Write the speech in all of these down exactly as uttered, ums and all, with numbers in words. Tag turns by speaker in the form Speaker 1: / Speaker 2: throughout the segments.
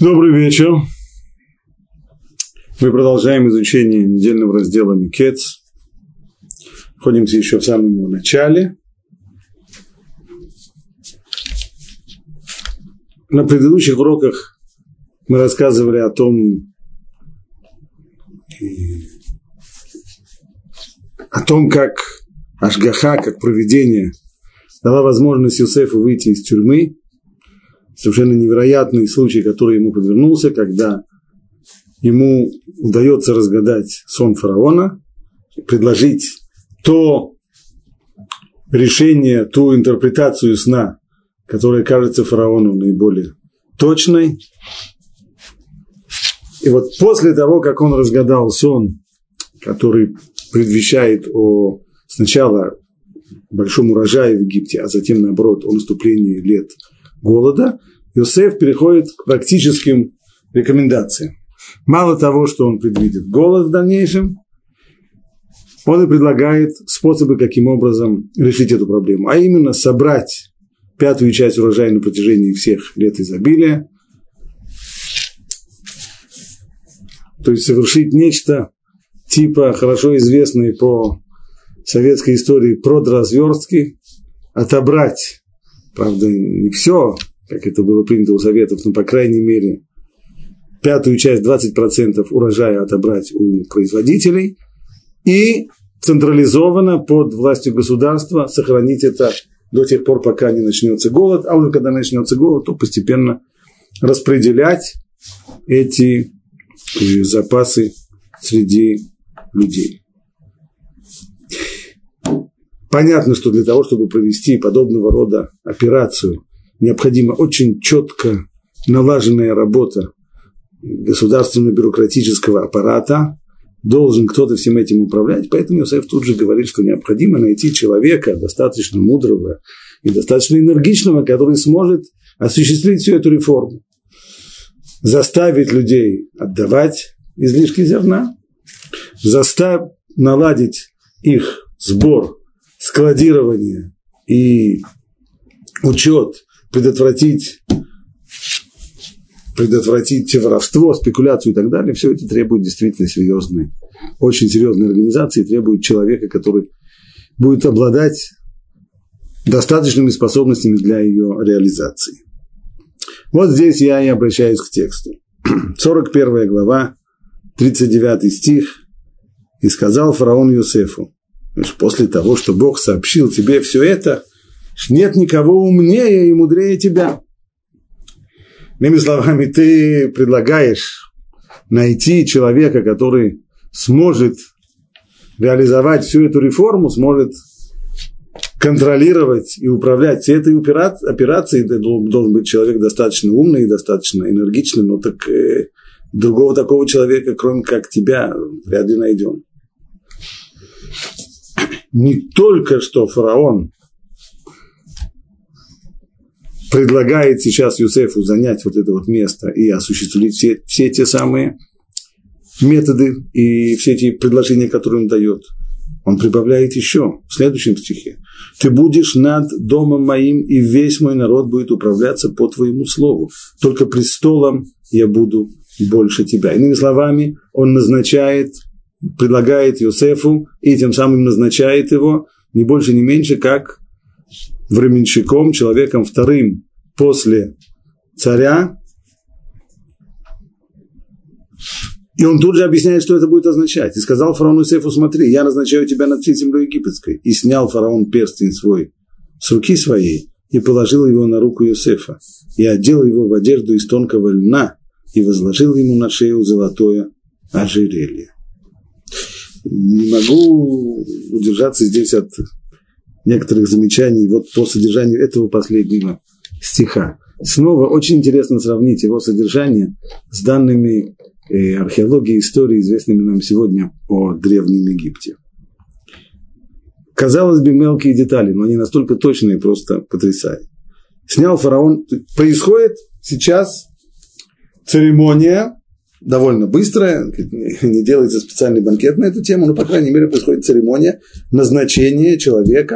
Speaker 1: Добрый вечер. Мы продолжаем изучение недельного раздела Микец. Находимся еще в самом его начале. На предыдущих уроках мы рассказывали о том, о том, как Ашгаха, как провидение, дала возможность Йосефу выйти из тюрьмы. Совершенно невероятный случай, который ему подвернулся, когда ему удается разгадать сон фараона, предложить то решение, ту интерпретацию сна, которая кажется фараону наиболее точной. И вот после того, как он разгадал сон, который предвещает о сначала большом урожае в Египте, а затем, наоборот, о наступлении лет голода, Йосеф переходит к практическим рекомендациям. Мало того, что он предвидит голод в дальнейшем, он и предлагает способы, каким образом решить эту проблему, а именно собрать пятую часть урожая на протяжении всех лет изобилия, то есть совершить нечто типа хорошо известной по советской истории продразверстки, отобрать, правда, не все, как это было принято у Советов, но, по крайней мере, пятую часть, двадцать процентов урожая отобрать у производителей и централизованно под властью государства сохранить это до тех пор, пока не начнется голод, а уже когда начнется голод, то постепенно распределять эти запасы среди людей. Понятно, что для того, чтобы провести подобного рода операцию, необходима очень четко налаженная работа государственно-бюрократического аппарата, должен кто-то всем этим управлять, поэтому Йосеф тут же говорит, что необходимо найти человека достаточно мудрого и достаточно энергичного, который сможет осуществить всю эту реформу, заставить людей отдавать излишки зерна, заставить наладить их сбор, складирование и учет, предотвратить, предотвратить воровство, спекуляцию и так далее, все это требует действительно серьезной, очень серьезной организации, требует человека, который будет обладать достаточными способностями для ее реализации. Вот здесь я и обращаюсь к тексту. сорок первая глава, тридцать девятый стих. «И сказал фараон Йосефу», после того, что Бог сообщил тебе все это, нет никого умнее и мудрее тебя. Иными словами, ты предлагаешь найти человека, который сможет реализовать всю эту реформу, сможет контролировать и управлять всей этой операцией. Это должен быть человек достаточно умный и достаточно энергичный, но так э, другого такого человека, кроме как тебя, вряд ли найдем. Не только что фараон предлагает сейчас Йосефу занять вот это вот место и осуществить все, все те самые методы и все эти предложения, которые он дает. Он прибавляет еще в следующем стихе. «Ты будешь над домом моим, и весь мой народ будет управляться по твоему слову. Только престолом я буду больше тебя». Иными словами, он назначает, предлагает Йосефу и тем самым назначает его не больше, не меньше, как временщиком, человеком вторым после царя. И он тут же объясняет, что это будет означать. «И сказал фараону Йосефу: смотри, я назначаю тебя над всей землей египетской». И снял фараон перстень свой с руки своей и положил его на руку Йосефа, и одел его в одежду из тонкого льна, и возложил ему на шею золотое ожерелье. Не могу удержаться здесь от некоторых замечаний вот по содержанию этого последнего стиха. Снова очень интересно сравнить его содержание с данными э, археологии и истории, известными нам сегодня о Древнем Египте. Казалось бы, мелкие детали, но они настолько точные, просто потрясают. Снял фараон. Происходит сейчас церемония, довольно быстрая, не делается специальный банкет на эту тему, но, по крайней мере, происходит церемония назначения человека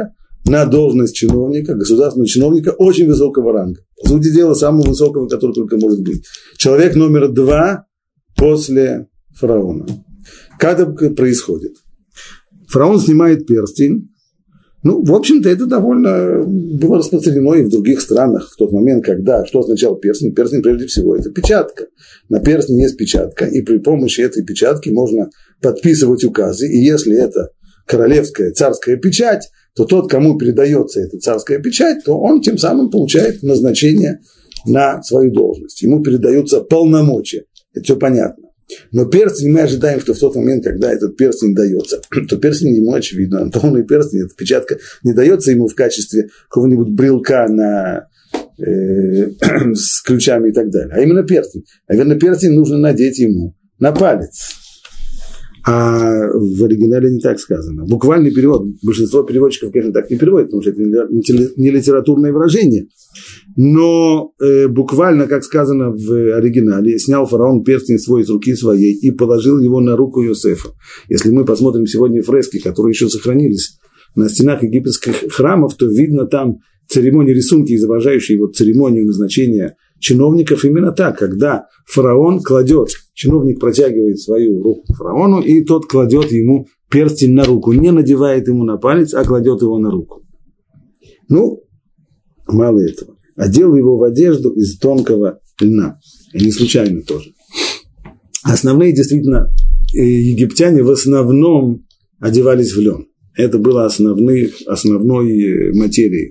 Speaker 1: на должность чиновника, государственного чиновника очень высокого ранга. По сути дела, самого высокого, который только может быть. Человек номер два после фараона. Как это происходит? Фараон снимает перстень. Ну, в общем-то, это довольно было распространено и в других странах в тот момент, когда, что означал перстень? Перстень, прежде всего, это печатка. На перстне есть печатка, и при помощи этой печатки можно подписывать указы, и если это королевская, царская печать, то тот, кому передается эта царская печать, то он тем самым получает назначение на свою должность. Ему передаются полномочия. Это все понятно. Но перстень, мы ожидаем, что в тот момент, когда этот перстень дается, то перстень ему очевидно, антонный перстень, эта печатка не дается ему в качестве какого-нибудь брелка на, э, с ключами и так далее, а именно перстень. Наверное, перстень нужно надеть ему на палец. А в оригинале не так сказано. Буквальный перевод, большинство переводчиков, конечно, так не переводят, потому что это не литературное выражение. Но э, буквально, как сказано в оригинале, снял фараон перстень свой из руки своей и положил его на руку Йосефа. Если мы посмотрим сегодня фрески, которые еще сохранились на стенах египетских храмов, то видно там церемонии, рисунки, изображающие вот церемонию назначения чиновников именно так, когда фараон кладет, чиновник протягивает свою руку фараону, и тот кладет ему перстень на руку, не надевает ему на палец, а кладет его на руку. Ну, мало этого. Одел его в одежду из тонкого льна. И не случайно тоже. Основные, действительно, египтяне в основном одевались в лен. Это было основной, основной материей.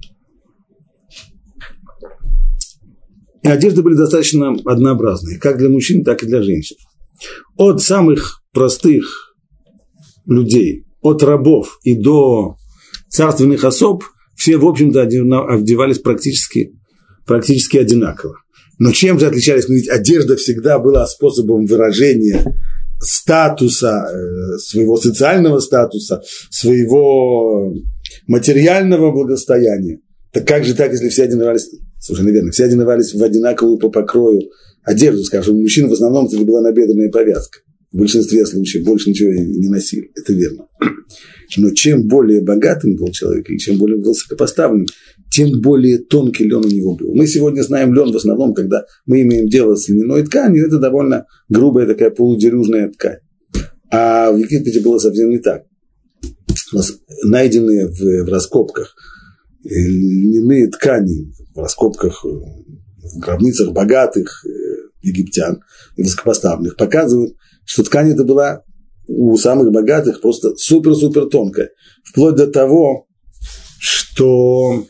Speaker 1: И одежды были достаточно однообразные, как для мужчин, так и для женщин. От самых простых людей, от рабов и до царственных особ, все, в общем-то, одевались практически, практически одинаково. Но чем же отличались? Ну, ведь одежда всегда была способом выражения статуса, своего социального статуса, своего материального благосостояния. Так как же так, если все одевались, совершенно верно, все одевались в одинаковую по покрою одежду, скажем, у мужчин в основном это была набедренная повязка. В большинстве случаев больше ничего не носили, это верно. Но чем более богатым был человек, или чем более высокопоставленным, тем более тонкий лен у него был. Мы сегодня знаем лен в основном, когда мы имеем дело с льняной тканью, это довольно грубая такая полудерюжная ткань. А в Египте было совсем не так. Найденные в, в раскопках льняные ткани, в раскопках, в гробницах богатых египтян и высокопоставленных, показывают, что ткань эта была у самых богатых просто супер-супер тонкая. Вплоть до того, что,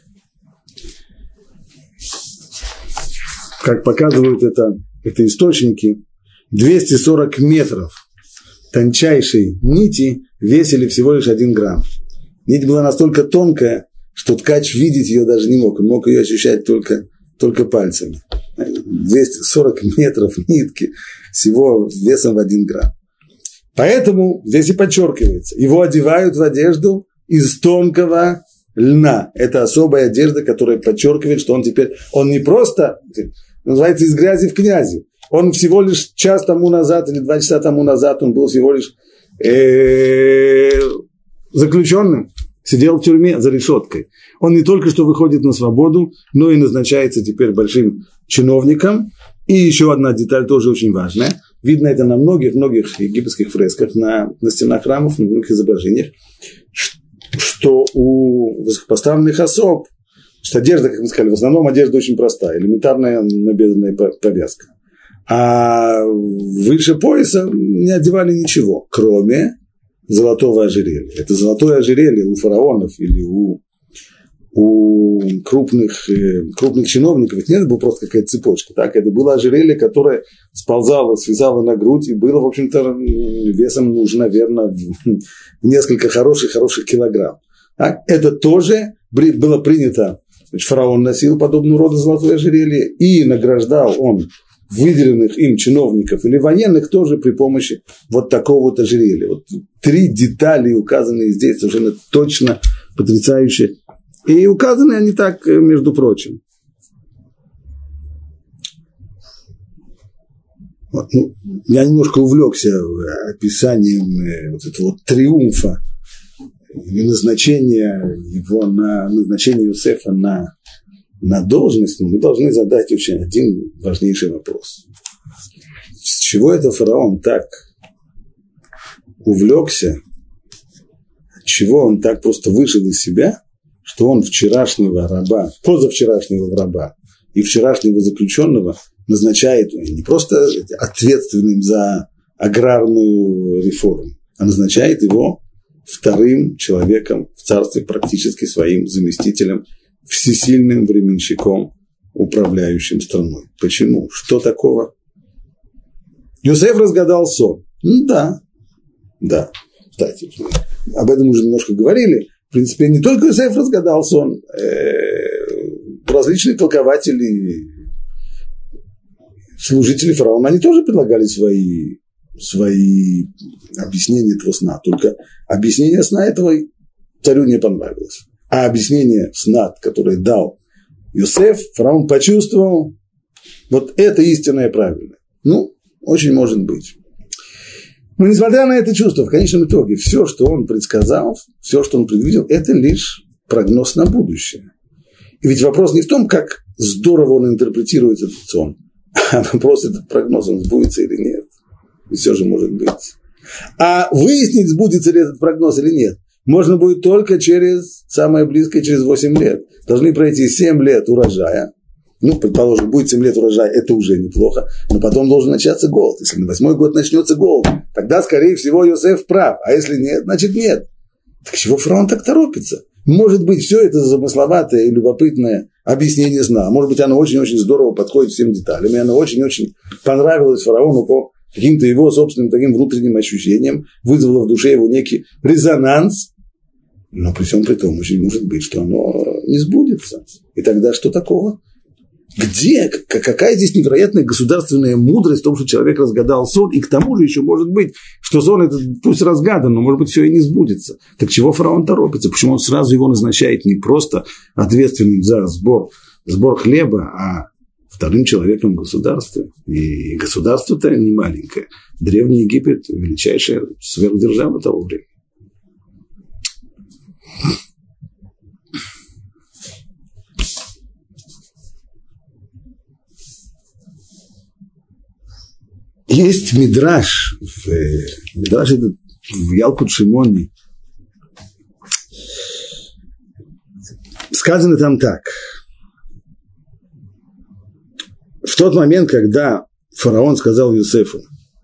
Speaker 1: как показывают это, это источники, двести сорок метров тончайшей нити весили всего лишь один грамм. Нить была настолько тонкая, что ткач видеть ее даже не мог. Он мог ее ощущать только, только пальцами. двести сорок метров нитки всего весом в один грамм. Поэтому здесь и подчеркивается, его одевают в одежду из тонкого льна. Это особая одежда, которая подчеркивает, что он теперь, он не просто, называется, из грязи в князи. Он всего лишь час тому назад или два часа тому назад, он был всего лишь э, заключенным, сидел в тюрьме за решеткой. Он не только что выходит на свободу, но и назначается теперь большим чиновником. И еще одна деталь тоже очень важная. Видно это на многих-многих египетских фресках, на, на стенах храмов, на многих изображениях, что у высокопоставленных особ, что одежда, как мы сказали, в основном одежда очень простая, элементарная набедренная повязка. А выше пояса не одевали ничего, кроме золотого ожерелья. Это золотое ожерелье у фараонов или у, у крупных, крупных чиновников. Это не было просто какая-то цепочка. Так? Это было ожерелье, которое сползало, связало на грудь и было, в общем-то, весом, ну, уже, наверное, в несколько хороших-хороших килограмм. Так? Это тоже было принято. Значит, фараон носил подобного рода золотое ожерелье и награждал он выделенных им чиновников или военных тоже при помощи вот такого вот ожерелья. Вот три детали, указанные здесь, совершенно точно потрясающие. И указаны они так, между прочим. Вот, ну, я немножко увлекся описанием вот этого вот триумфа или назначение его на назначение Йосефа на, на должность, мы должны задать очень один важнейший вопрос. С чего это фараон так увлекся, от чего он так просто вышел из себя, что он вчерашнего раба, позавчерашнего раба и вчерашнего заключенного назначает не просто ответственным за аграрную реформу, а назначает его вторым человеком в царстве, практически своим заместителем, всесильным временщиком, управляющим страной. Почему? Что такого? Йосеф разгадал сон. Ну, да, да. Кстати, об этом уже немножко говорили. В принципе, не только Йосеф разгадал сон. Различные толкователи, служители фараона, они тоже предлагали свои, свои объяснения этого сна. Только объяснение сна этого царю не понравилось. А объяснение сна, которое дал Йосеф, фараон почувствовал, вот это истинное правильное. Ну, очень может быть. Но несмотря на это чувство, в конечном итоге, все, что он предсказал, все, что он предвидел, это лишь прогноз на будущее. И ведь вопрос не в том, как здорово он интерпретирует этот сон, а вопрос, этот прогноз, он сбудется или нет. И все же может быть. А выяснить, сбудется ли этот прогноз или нет, можно будет только через, самое близкое, через восемь лет. Должны пройти семь лет урожая. Ну, предположим, будет семь лет урожая, это уже неплохо, но потом должен начаться голод. Если на восьмой год начнется голод, тогда, скорее всего, Йосеф прав, а если нет, значит нет. Так чего фараон так торопится? Может быть, все это замысловатое и любопытное объяснение сна. Может быть, оно очень-очень здорово подходит всем деталям, и оно очень-очень понравилось фараону по каким-то его собственным таким внутренним ощущениям, вызвало в душе его некий резонанс, но при всем при том очень может быть, что оно не сбудется. И тогда что такого? Где, какая здесь невероятная государственная мудрость в том, что человек разгадал сон, и к тому же еще может быть, что сон этот пусть разгадан, но может быть все и не сбудется. Так чего фараон торопится? Почему он сразу его назначает не просто ответственным за сбор, сбор хлеба, а вторым человеком в государстве? И государство-то не маленькое. Древний Египет – величайшая сверхдержава того времени. Есть мидраш, в, мидраш этот в Ялкут Шимони. Сказано там так. В тот момент, когда фараон сказал Йосефу,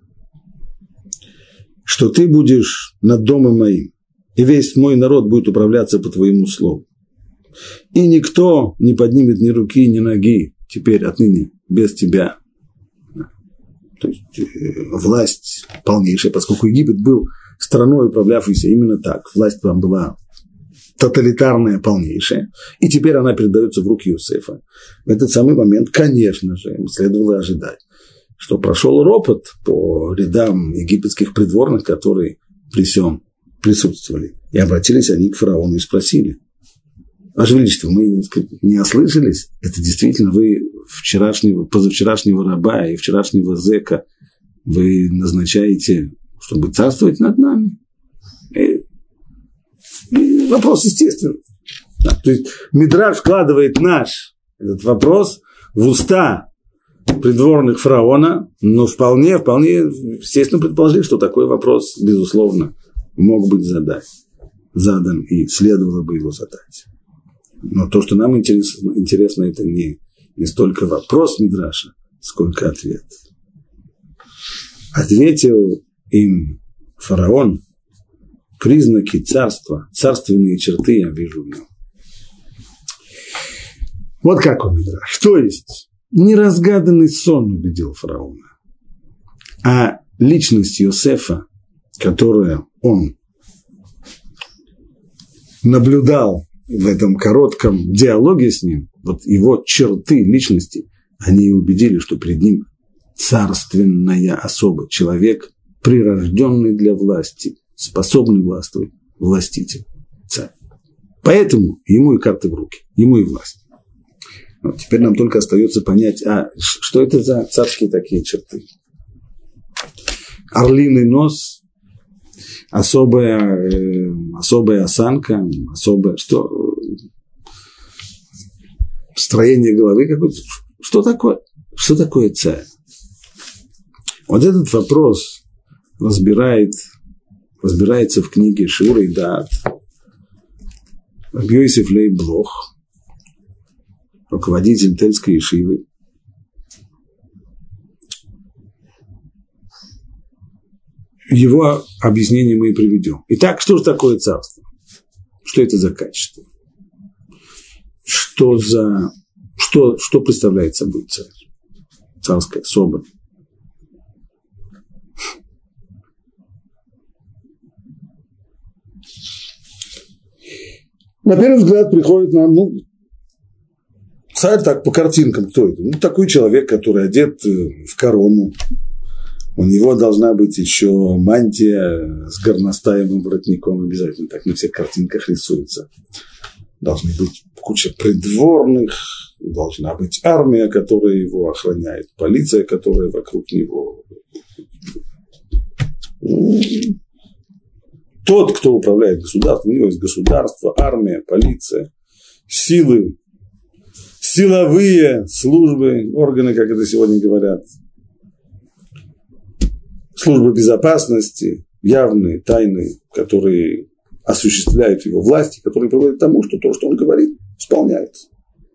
Speaker 1: что ты будешь над домом моим, и весь мой народ будет управляться по твоему слову, и никто не поднимет ни руки, ни ноги теперь отныне без тебя. То есть власть полнейшая, поскольку Египет был страной, управлявшейся именно так. Власть там была тоталитарная, полнейшая. И теперь она передается в руки Йосефа. В этот самый момент, конечно же, следовало ожидать, что прошел ропот по рядам египетских придворных, которые при всем присутствовали. И обратились они к фараону и спросили: Ваше Величество, мы не ослышались? Это действительно вы вчерашнего, позавчерашнего раба и вчерашнего зэка вы назначаете, чтобы царствовать над нами? И, и вопрос естественный. Да, то есть мидраш вкладывает наш этот вопрос в уста придворных фараона, но вполне, вполне естественно предположили, что такой вопрос, безусловно, мог быть задан, задан и следовало бы его задать. Но то, что нам интересно, интересно это не, не столько вопрос мидраша, сколько ответ. Ответил им фараон: признаки царства, царственные черты я вижу в нем. Вот как он мидраш. То есть неразгаданный сон убедил фараона, а личность Йосефа, которую он наблюдал в этом коротком диалоге с ним, вот его черты личности, они убедили, что перед ним царственная особа, человек, прирожденный для власти, способный властвовать, властитель, царь. Поэтому ему и карты в руки, ему и власть. Вот теперь нам только остается понять, а что это за царские такие черты? Орлиный нос, особая, э, особая осанка, особое что, строение головы какое-то. Что такое? Что такое царь? Вот этот вопрос разбирает, разбирается в книге Шиур и Даат Рав Йосеф Лейб Блох, руководитель Тельской ешивы. Его объяснение мы и приведем. Итак, что же такое царство? Что это за качество? Что за... Что, что представляет собой царь? Царская особа. На первый взгляд приходит нам, ну, царь так по картинкам, кто это? Ну, такой человек, который одет в корону. У него должна быть еще мантия с горностаевым воротником, обязательно так на всех картинках рисуется. Должны быть куча придворных, должна быть армия, которая его охраняет, полиция, которая вокруг него. Тот, кто управляет государством, у него есть государство, армия, полиция, силы, силовые службы, органы, как это сегодня говорят, службы безопасности, явные, тайные, которые осуществляют его власть, которые приводят к тому, что то, что он говорит, исполняется.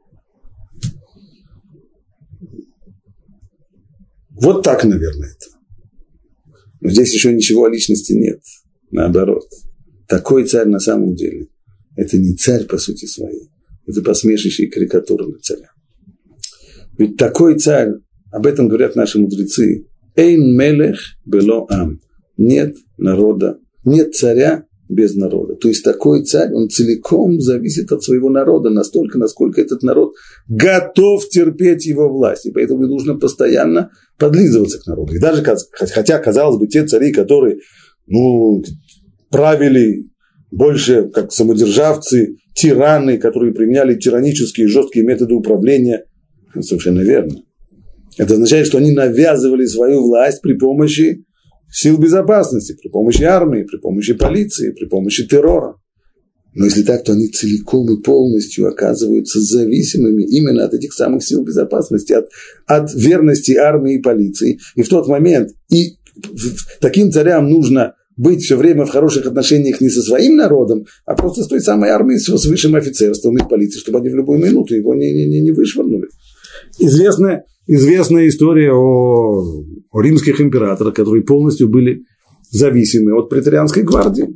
Speaker 1: Вот так, наверное, это. Но здесь еще ничего о личности нет. Наоборот. Такой царь на самом деле – это не царь по сути своей. Это посмешище и карикатура на царя. Ведь такой царь, об этом говорят наши мудрецы, «Эйн мелех бело ам» – нет народа, нет царя без народа. То есть такой царь, он целиком зависит от своего народа настолько, насколько этот народ готов терпеть его власть. И поэтому нужно постоянно подлизываться к народу. И даже, хотя, казалось бы, те цари, которые ну, правили больше как самодержавцы, тираны, которые применяли тиранические жесткие методы управления, это совершенно верно. Это означает, что они навязывали свою власть при помощи сил безопасности, при помощи армии, при помощи полиции, при помощи террора. Но если так, то они целиком и полностью оказываются зависимыми именно от этих самых сил безопасности, от, от верности армии и полиции. И в тот момент и таким царям нужно быть все время в хороших отношениях не со своим народом, а просто с той самой армией, с высшим офицерством их полиции, чтобы они в любую минуту его не, не, не вышвырнули. Известная, известная история о, о римских императорах, которые полностью были зависимы от преторианской гвардии.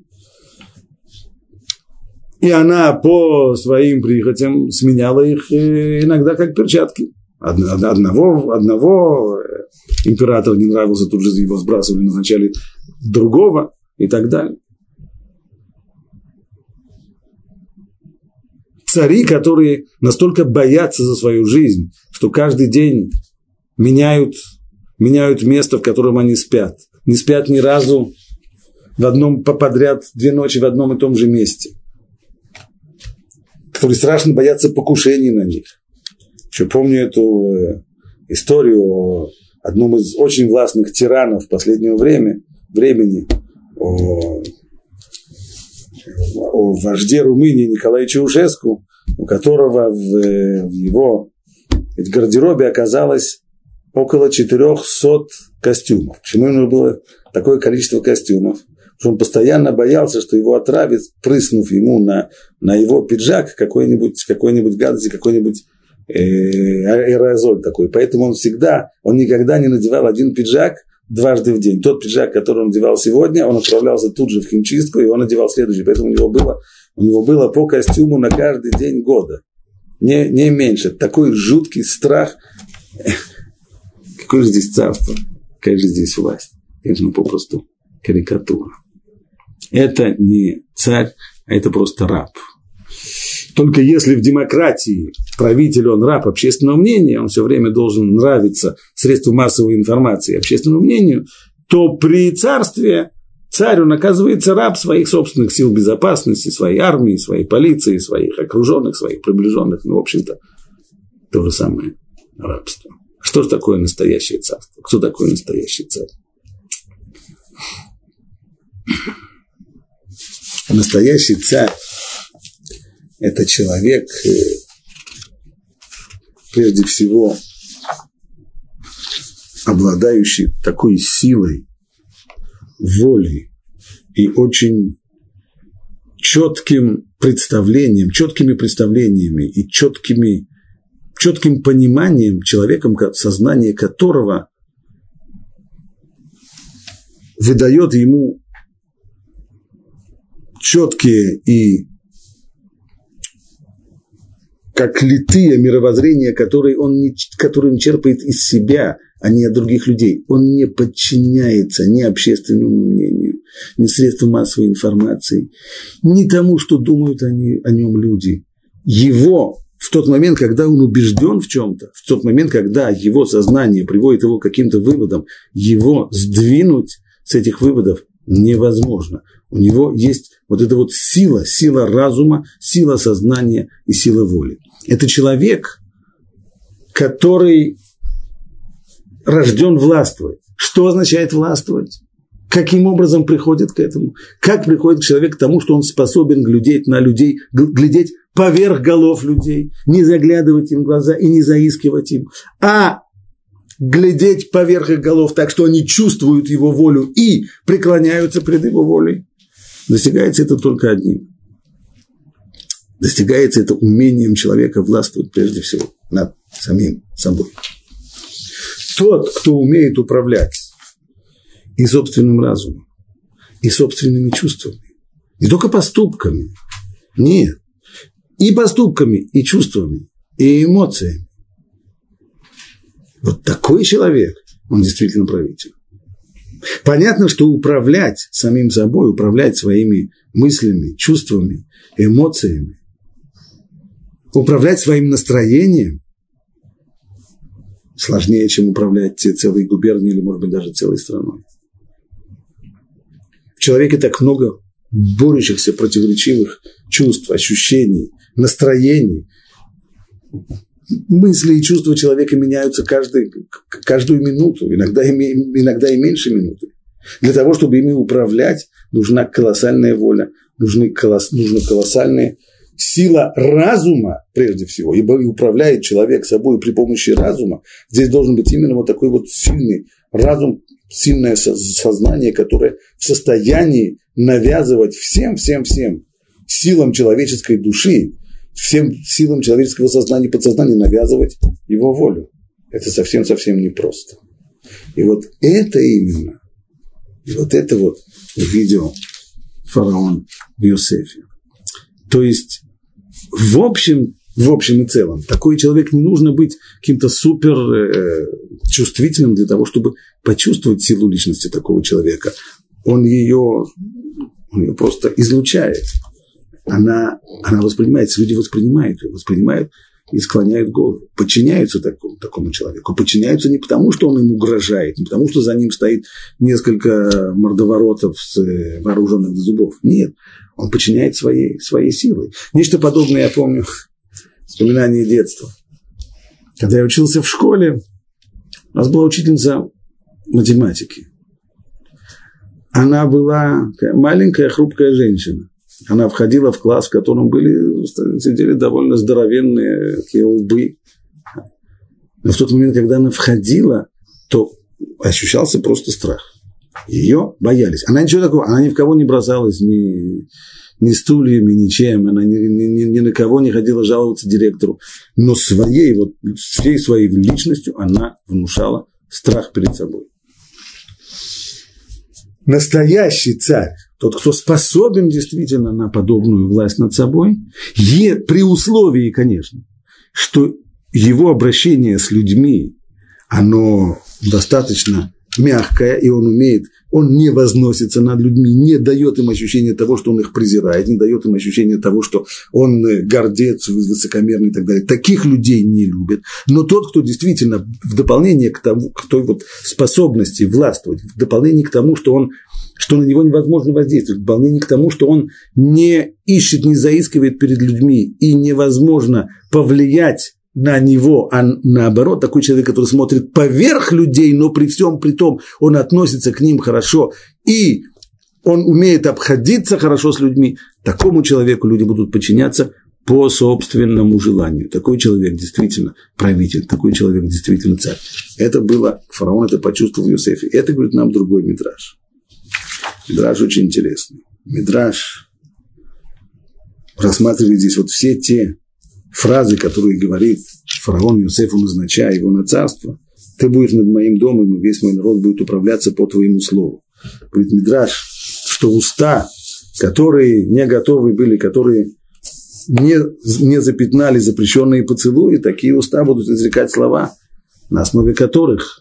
Speaker 1: И она по своим прихотям сменяла их иногда как перчатки. Одного, одного императора не нравился, тут же его сбрасывали, назначали другого и так далее. Цари, которые настолько боятся за свою жизнь, что каждый день меняют, меняют место, в котором они спят. Не спят ни разу в одном подряд две ночи в одном и том же месте. Которые страшно боятся покушений на них. Еще помню эту историю о одном из очень властных тиранов последнего времени, времени, о, о вожде Румынии Николае Чаушеску, у которого в, в его в гардеробе оказалось около четырехсот костюмов. Почему ему было такое количество костюмов? Потому что он постоянно боялся, что его отравит, прыснув ему на, на его пиджак какой-нибудь, какой-нибудь гадости, какой-нибудь аэрозоль такой. Поэтому он всегда, он никогда не надевал один пиджак дважды в день. Тот пиджак, который он надевал сегодня, он отправлялся тут же в химчистку, и он надевал следующий. Поэтому у него было, у него было по костюму на каждый день года. Не, не меньше. Такой жуткий страх. Какое же здесь царство? Какая же здесь власть? Это же попросту карикатура. Это не царь, а это просто раб. Только если в демократии правитель, он раб общественного мнения, он все время должен нравиться средству массовой информации общественному мнению, то при царстве царь, он оказывается раб своих собственных сил безопасности, своей армии, своей полиции, своих окруженных, своих приближенных. Ну, в общем-то, то же самое рабство. Что же такое настоящее царство? Кто такой настоящий царь? Настоящий царь – это человек, прежде всего, обладающий такой силой, волей и очень четким представлением, четкими представлениями и четкими, четким пониманием человеком, сознание которого выдает ему четкие и как литые мировоззрения, которые он, не, которые он черпает из себя, а не от других людей. Он не подчиняется ни общественному мнению, ни средствам массовой информации, ни тому, что думают они, о нем люди. Его в тот момент, когда он убежден в чем-то, в тот момент, когда его сознание приводит его к каким-то выводам, его сдвинуть с этих выводов невозможно. У него есть вот эта вот сила, сила разума, сила сознания и сила воли. Это человек, который рожден властвовать. Что означает властвовать? Каким образом приходит к этому? Как приходит человек к тому, что он способен глядеть на людей, глядеть поверх голов людей, не заглядывать им в глаза и не заискивать им, а глядеть поверх их голов так, что они чувствуют его волю и преклоняются пред его волей? Достигается это только одним. Достигается это умением человека властвовать прежде всего над самим собой. Тот, кто умеет управлять и собственным разумом, и собственными чувствами, не только поступками, нет, и поступками, и чувствами, и эмоциями. Вот такой человек, он действительно правитель. Понятно, что управлять самим собой, управлять своими мыслями, чувствами, эмоциями, управлять своим настроением сложнее, чем управлять целой губернией или, может быть, даже целой страной. В человеке так много борющихся, противоречивых чувств, ощущений, настроений. Мысли и чувства человека меняются каждый, каждую минуту, иногда и, иногда и меньше минуты. Для того, чтобы ими управлять, нужна колоссальная воля, нужны колосс, нужна колоссальная сила разума, прежде всего, ибо управляет человек собой при помощи разума. Здесь должен быть именно вот такой вот сильный разум, сильное сознание, которое в состоянии навязывать всем, всем, всем силам человеческой души, всем силам человеческого сознания и подсознания навязывать его волю. Это совсем-совсем непросто. И вот это именно, и вот это вот увидел фараон в Иосифе. То есть, в общем, в общем и целом, такой человек не нужно быть каким-то супер э, чувствительным для того, чтобы почувствовать силу личности такого человека. Он ее, он ее просто излучает. Она, она воспринимается, люди воспринимают ее, воспринимают и склоняют голову, подчиняются такому, такому человеку. Подчиняются не потому, что он им угрожает, не потому, что за ним стоит несколько мордоворотов с, вооруженных до зубов. Нет, он подчиняет своей, своей силой. Нечто подобное я помню, вспоминание детства. Когда я учился в школе, у нас была учительница математики. Она была маленькая, хрупкая женщина. Она входила в класс, в котором были, сидели довольно здоровенные такие лбы. Но в тот момент, когда она входила, то ощущался просто страх. Ее боялись. Она ничего такого, она ни в кого не бросалась, ни, ни стульями, ничем. Она ни, ни, ни на кого не ходила жаловаться директору. Но своей, вот, всей своей личностью она внушала страх перед собой. Настоящий царь, тот, кто способен действительно на подобную власть над собой, е, при условии, конечно, что его обращение с людьми, оно достаточно мягкое, и он умеет, он не возносится над людьми, не дает им ощущения того, что он их презирает, не дает им ощущения того, что он гордец, высокомерный и так далее. Таких людей не любят. Но тот, кто действительно в дополнение к тому, к той вот способности властвовать, в дополнение к тому, что он, что на него невозможно воздействовать, в дополнение к тому, что он не ищет, не заискивает перед людьми и невозможно повлиять на него, а наоборот, такой человек, который смотрит поверх людей, но при всем при том он относится к ним хорошо и он умеет обходиться хорошо с людьми, такому человеку люди будут подчиняться по собственному желанию. Такой человек действительно правитель, такой человек действительно царь. Это было, фараон это почувствовал в Йосефе. Это говорит нам другой мидраш. Мидраш очень интересный. Мидраш рассматривает здесь вот все те фразы, которые говорит фараон Йосефу, назначая его на царство. Ты будешь над моим домом, и весь мой народ будет управляться по твоему слову. Говорит мидраш, что уста, которые не готовы были, которые не, не запятнали запрещенные поцелуи, такие уста будут изрекать слова, на основе которых,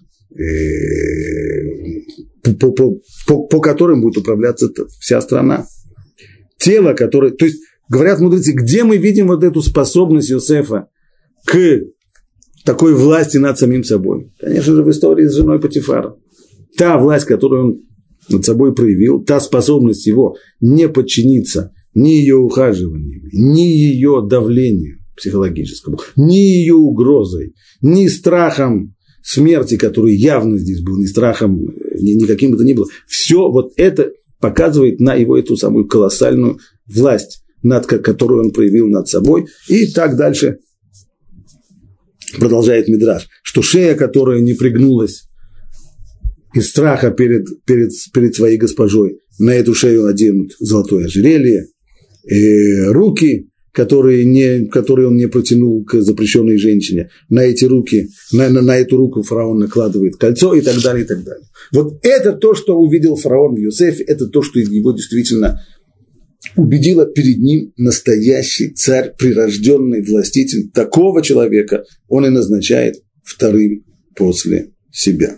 Speaker 1: э, по, по, по, по которым будет управляться вся страна. Тело, которое... То есть, говорят мудрецы, где мы видим вот эту способность Йосефа к такой власти над самим собой? Конечно же, в истории с женой Потифара. Та власть, которую он над собой проявил, та способность его не подчиниться ни ее ухаживанию, ни ее давлению психологическому, ни ее угрозой, ни страхом смерти, который явно здесь был, ни страхом, ни, никаким бы то ни было. Все вот это показывает на его эту самую колоссальную власть, над, которую он проявил над собой. И так дальше продолжает мидраш, что шея, которая не пригнулась из страха перед, перед, перед своей госпожой, на эту шею оденут золотое ожерелье, и руки, которые, не, которые он не протянул к запрещенной женщине, на эти руки, на, на, на эту руку фараон накладывает кольцо и так далее, и так далее. Вот это то, что увидел фараон в Йосефе, это то, что его действительно убедило перед ним настоящий царь, прирожденный властитель. Такого человека он и назначает вторым после себя.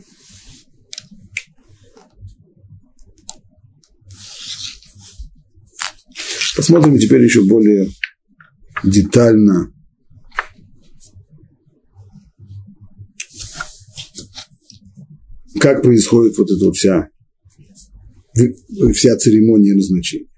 Speaker 1: Посмотрим теперь еще более детально как происходит вот эта вот вся, вся церемония назначения.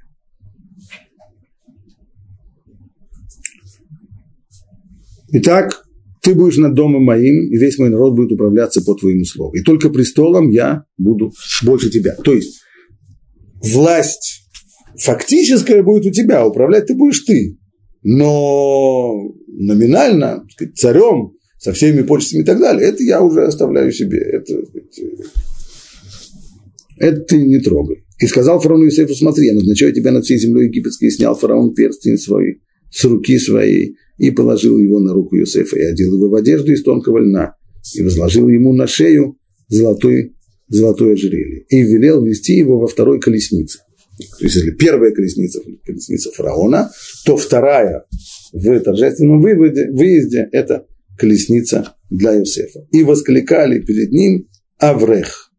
Speaker 1: Итак, ты будешь над домом моим, и весь мой народ будет управляться по твоему слову. И только престолом я буду больше тебя. То есть, власть фактическая будет у тебя, управлять ты будешь ты. Но номинально, так сказать, царем, со всеми почестями и так далее, это я уже оставляю себе. Это, это, это ты не трогай. И сказал фараону Йосефу: смотри, я назначаю тебя над всей землей египетской. И снял фараон перстень свой с руки своей и положил его на руку Йосефа, и одел его в одежду из тонкого льна, и возложил ему на шею золотой, золотое ожерелье, и велел вести его во второй колеснице. То есть, если первая колесница, колесница фараона, то вторая в торжественном выводе, выезде – это колесница для Йосефа. И воскликали перед ним Аврех.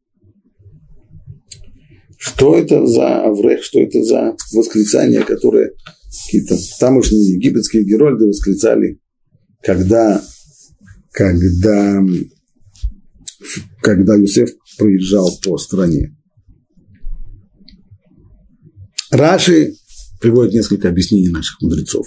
Speaker 1: Что это за Аврех, что это за восклицание, которое какие-то тамошние египетские герольды восклицали, когда, когда, когда Йосеф проезжал по стране. Раши приводит несколько объяснений наших мудрецов.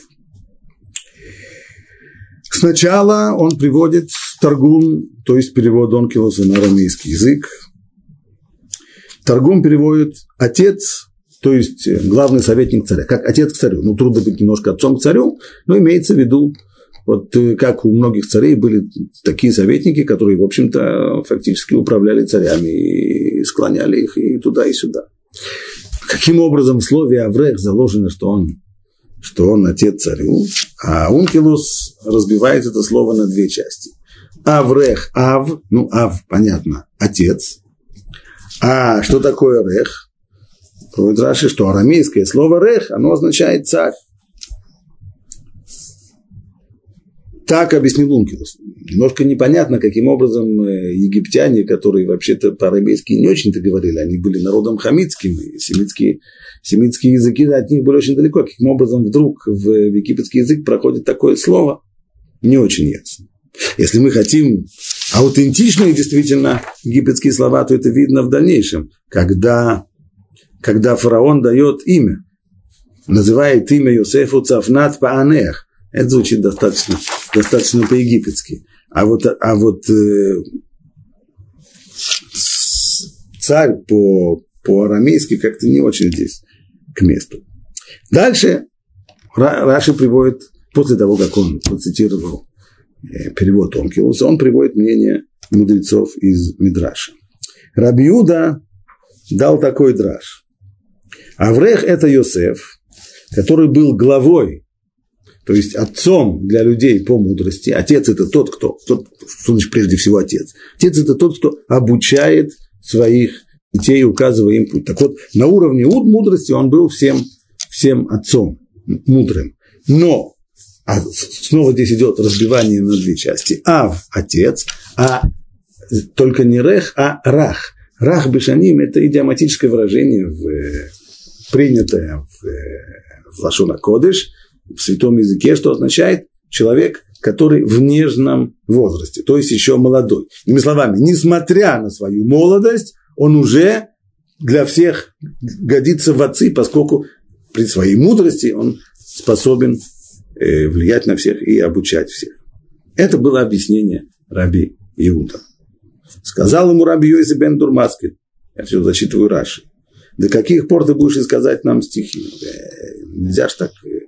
Speaker 1: Сначала он приводит Таргум, то есть перевод Онкилоса на арамейский язык. Таргум переводит отец, то есть главный советник царя, как отец к царю. Ну, трудно быть немножко отцом к царю, но имеется в виду, вот как у многих царей были такие советники, которые, в общем-то, фактически управляли царями и склоняли их и туда, и сюда. Каким образом в слове Аврех заложено, что он, что он отец царю, а Ункилус разбивает это слово на две части. Аврех, Ав, ну, Ав, понятно, отец. А что такое Рех? Проводит Раши, что арамейское слово Рех, оно означает царь. Так объяснил Ункилус. Немножко непонятно, каким образом египтяне, которые вообще-то по-арамейски не очень-то говорили, они были народом хамитским, и семитские, семитские языки от них были очень далеко. Каким образом вдруг в египетский язык проходит такое слово, не очень ясно. Если мы хотим аутентичные действительно египетские слова, то это видно в дальнейшем, когда, когда фараон дает имя, называет имя Йосефу Цафнат Паанех. Это звучит достаточно, достаточно по-египетски. А вот, а вот э, царь по, по-арамейски как-то не очень здесь к месту. Дальше Раши приводит, после того, как он процитировал перевод Онкилуса, он приводит мнение мудрецов из Мидраша. Раби Иуда дал такой драш. Аврех – это Йосеф, который был главой, то есть отцом для людей по мудрости. Отец – это тот, кто, тот, что значит прежде всего отец. Отец – это тот, кто обучает своих детей, указывая им путь. Так вот, на уровне мудрости он был всем, всем отцом, мудрым. Но, а снова здесь идет разбивание на две части. Ав – отец, а только не рех, а рах. Рах бешаним – это идиоматическое выражение, в, принятое в, в лашон а-кодеш, в святом языке, что означает человек, который в нежном возрасте, то есть еще молодой. Иными словами, несмотря на свою молодость, он уже для всех годится в отцы, поскольку при своей мудрости он способен э, влиять на всех и обучать всех. Это было объяснение раби Иуда. Сказал ему раби Йосеф бен Дурмаскин, я все зачитываю Раши, до каких пор ты будешь сказать нам стихи? Э, нельзя ж так э,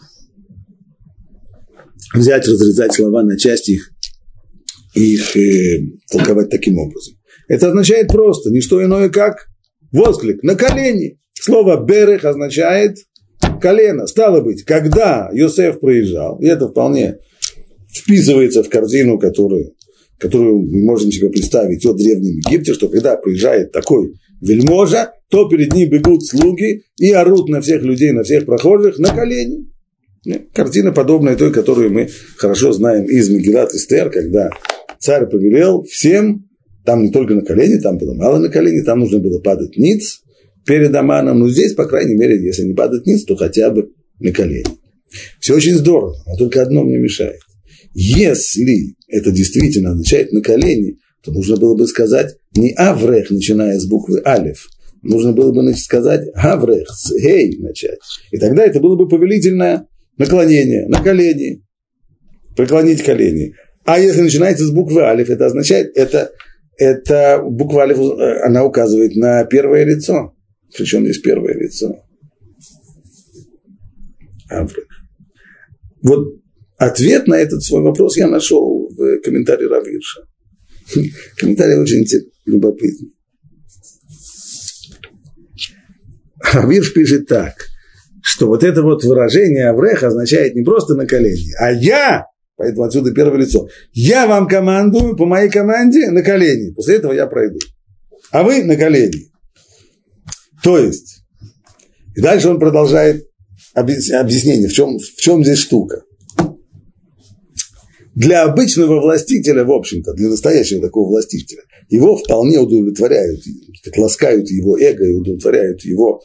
Speaker 1: взять, разрезать слова на части их и их э, толковать таким образом. Это означает просто, не что иное, как восклик на колени. Слово «берех» означает колено. Стало быть, когда Йосеф проезжал, и это вполне вписывается в картину, которую, которую мы можем себе представить о Древнем Египте, что когда приезжает такой вельможа, то перед ним бегут слуги и орут на всех людей, на всех прохожих на колени. Картина подобная той, которую мы хорошо знаем из Мегилат Эстер, когда царь повелел всем, там не только на колени, там было мало на колени, там нужно было падать ниц перед Аманом, но здесь, по крайней мере, если не падать ниц, то хотя бы на колени. Все очень здорово, но только одно мне мешает. Если это действительно означает на колени, то нужно было бы сказать не Аврех, начиная с буквы Алеф, нужно было бы сказать Аврех, с Гей начать. И тогда это было бы повелительное наклонение, на колени, преклонить колени. А если начинается с буквы Алеф, это означает, это, это буква Алеф, она указывает на первое лицо. Причем здесь первое лицо. Аврех. Вот ответ на этот свой вопрос я нашел в комментарии Рав Ирша. Комментарий очень любопытный. Рав Ирш пишет так, что вот это вот выражение Аврех означает не просто на колени, а я, поэтому отсюда первое лицо, я вам командую по моей команде на колени, после этого я пройду, а вы на колени. То есть, и дальше он продолжает объяснение, в чем, в чем здесь штука. Для обычного властителя, в общем-то, для настоящего такого властителя, его вполне удовлетворяют, ласкают его эго и удовлетворяют его,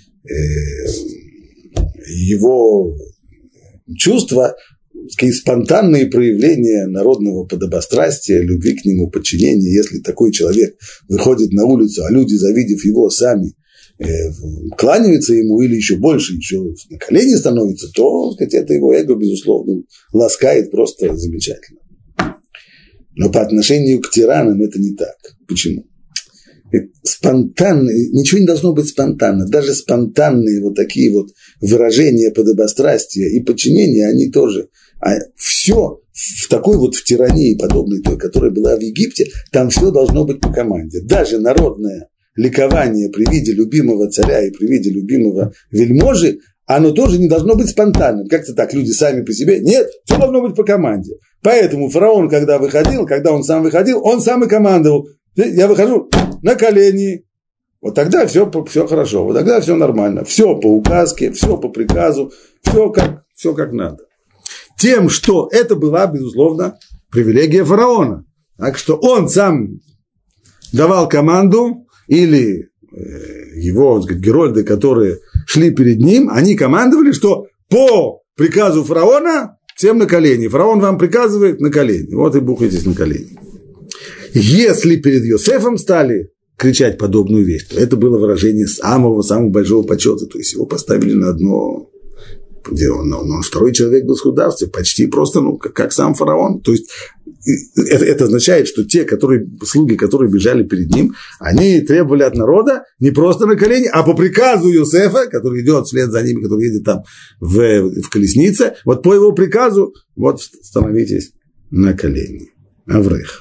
Speaker 1: э, его чувства, такие спонтанные проявления народного подобострастия, любви к нему, подчинения. Если такой человек выходит на улицу, а люди, завидев его, сами кланяются ему или еще больше, еще на колени становятся, то, сказать, это его эго, безусловно, ласкает просто замечательно. Но по отношению к тиранам это не так. Почему? Спонтанные, ничего не должно быть спонтанно. Даже спонтанные вот такие вот выражения подобострастия и подчинения, они тоже. А все в такой вот в тирании, подобной той, которая была в Египте, там все должно быть по команде. Даже народное ликование при виде любимого царя и при виде любимого вельможи, оно тоже не должно быть спонтанным. Как-то так, люди сами по себе. Нет, все должно быть по команде. Поэтому фараон, когда выходил, когда он сам выходил, он сам и командовал. Я выхожу на колени. Вот тогда все, все хорошо, вот тогда все нормально. Все по указке, все по приказу, все как, все как надо. Тем, что это была, безусловно, привилегия фараона. Так что он сам давал команду, или э, его, так сказать, герольды, которые шли перед ним, они командовали, что по приказу фараона всем на колени. Фараон вам приказывает на колени. Вот и бухайтесь на колени. Если перед Йосефом стали кричать подобную вещь, то это было выражение самого-самого большого почета. То есть его поставили на одно Он, он, он второй человек в государстве, почти просто, ну, как, как сам фараон. То есть это, это означает, что те, которые, слуги, которые бежали перед ним, они требовали от народа не просто на колени, а по приказу Йосефа, который идет вслед за ними, который едет там в, в колеснице, вот по его приказу, вот становитесь на колени. Аврех.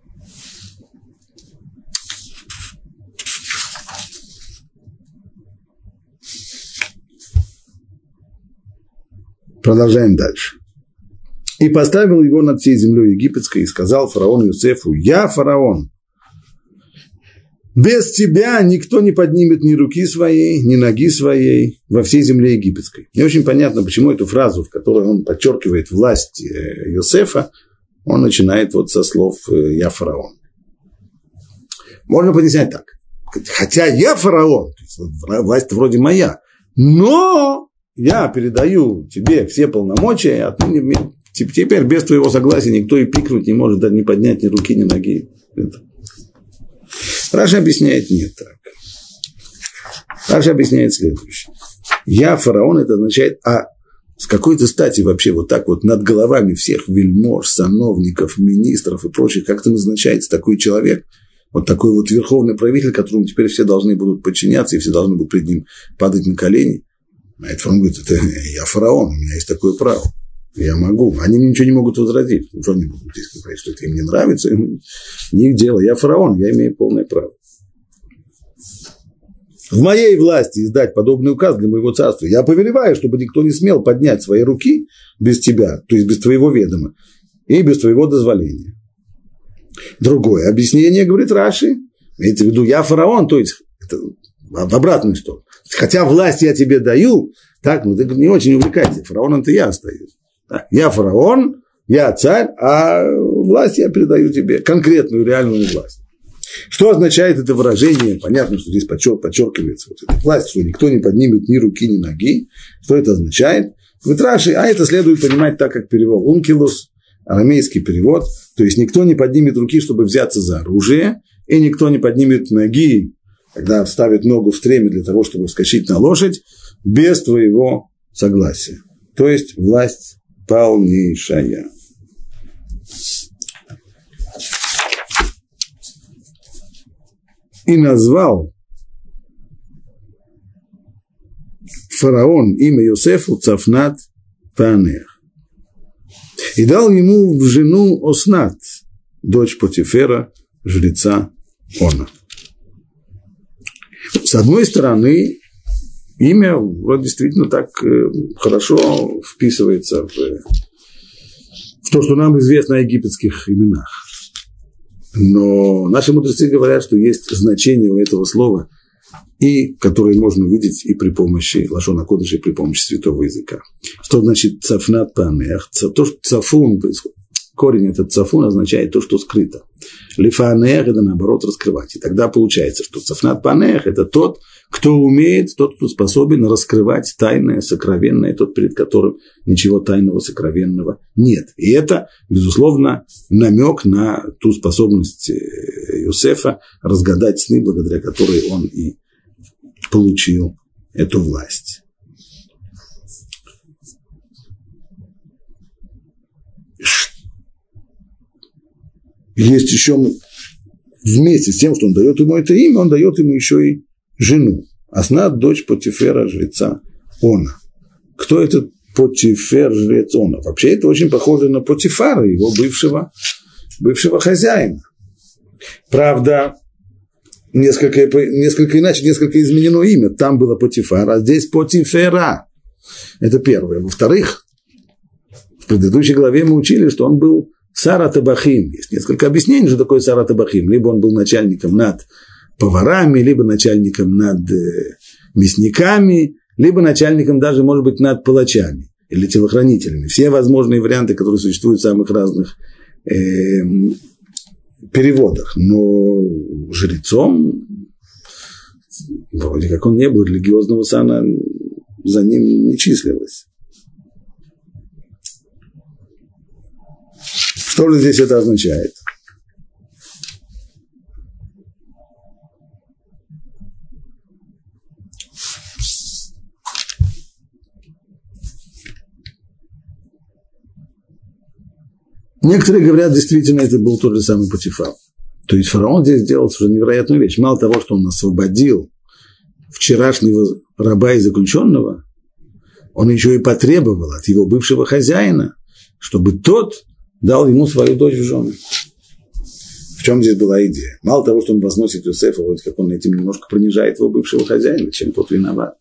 Speaker 1: Продолжаем дальше. И поставил его над всей землей египетской, и сказал фараону Йосефу: я фараон, без тебя никто не поднимет ни руки своей, ни ноги своей во всей земле египетской. Не очень понятно, почему эту фразу, в которой он подчеркивает власть Йосефа, он начинает вот со слов «я фараон». Можно понять так. Хотя я фараон, власть вроде моя, но я передаю тебе все полномочия, отныне теперь без твоего согласия никто и пикнуть не может, даже не поднять ни руки, ни ноги. Это. Раша объясняет не так. Раша объясняет следующее. Я фараон, это означает, а с какой-то стати вообще вот так вот над головами всех вельмож, сановников, министров и прочих, как-то назначается такой человек, вот такой вот верховный правитель, которому теперь все должны будут подчиняться, и все должны будут перед ним падать на колени. А этот фараон говорит: это я фараон, у меня есть такое право, я могу. Они мне ничего не могут возразить. Что они будут здесь говорить, что это им не нравится, не их дело. Я фараон, я имею полное право. В моей власти издать подобный указ для моего царства. Я повелеваю, чтобы никто не смел поднять свои руки без тебя, то есть без твоего ведома, и без твоего дозволения. Другое объяснение, говорит Раши, имеется в виду, я фараон, то есть это в обратную сторону. Хотя власть я тебе даю, так, ну ты не очень увлекайся, фараоном-то я остаюсь. Так, я фараон, я царь, а власть я передаю тебе, конкретную реальную власть. Что означает это выражение? Понятно, что здесь подчеркивается вот эта власть, что никто не поднимет ни руки, ни ноги. Что это означает? Говорит Раши, а это следует понимать так, как перевел Ункилус, арамейский перевод. То есть никто не поднимет руки, чтобы взяться за оружие, и никто не поднимет ноги, когда вставит ногу в стремя для того, чтобы вскочить на лошадь, без твоего согласия. То есть власть полнейшая. И назвал фараон имя Йосефу Цафнат Паанеах. И дал ему в жену Оснат, дочь Потифера, жреца Она. С одной стороны, имя вот, действительно так хорошо вписывается в, в то, что нам известно о египетских именах. Но наши мудрецы говорят, что есть значение у этого слова, и которое можно увидеть и при помощи лашона кодыша, и при помощи святого языка. Что значит цафнат паанеах? То, что цафун, корень этот цафун означает то, что скрыто. Лифаанеах – это наоборот раскрывать. И тогда получается, что цафнат паанеах – это тот, кто умеет, тот, кто способен раскрывать тайное, сокровенное, тот, перед которым ничего тайного, сокровенного нет. И это, безусловно, намек на ту способность Йосефа разгадать сны, благодаря которой он и получил эту власть. Есть еще вместе с тем, что он дает ему это имя, он дает ему еще и жену. Аснат, дочь Потифера, жреца Она. Кто этот Потифер, жрец Она? Вообще это очень похоже на Потифара, его бывшего, бывшего хозяина. Правда, несколько, несколько иначе, несколько изменено имя. Там было Потифар, а здесь Потифера. Это первое. Во-вторых, в предыдущей главе мы учили, что он был Сара Табахим. Есть несколько объяснений, что такое Сара Табахим. Либо он был начальником над поварами, либо начальником над мясниками, либо начальником даже, может быть, над палачами или телохранителями. Все возможные варианты, которые существуют в самых разных э, переводах. Но жрецом, вроде как он не был, религиозного сана за ним не числилось. Что же здесь это означает? Некоторые говорят, действительно, это был тот же самый Потифар. То есть фараон здесь сделал совершенно невероятную вещь. Мало того, что он освободил вчерашнего раба и заключенного, он еще и потребовал от его бывшего хозяина, чтобы тот дал ему свою дочь в жены. В чем здесь была идея? Мало того, что он возносит Йосефа, вроде как он этим немножко принижает его бывшего хозяина, чем тот виноват.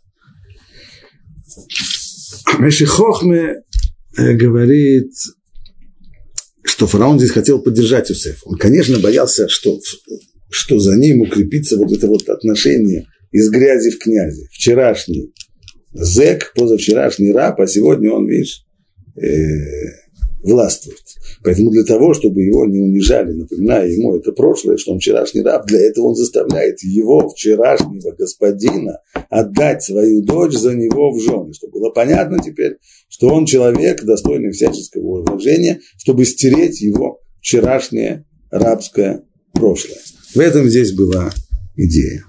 Speaker 1: Меши Хохме говорит, что фараон здесь хотел поддержать Йосефа. Он, конечно, боялся, что, что за ним укрепится вот это вот отношение из грязи в князи. Вчерашний зэк, позавчерашний раб, а сегодня он, видишь, э, властвует. Поэтому для того, чтобы его не унижали, напоминая ему это прошлое, что он вчерашний раб, для этого он заставляет его, вчерашнего господина, отдать свою дочь за него в жены. Чтобы было понятно теперь, что он человек, достойный всяческого уважения, чтобы стереть его вчерашнее рабское прошлое. В этом здесь была идея.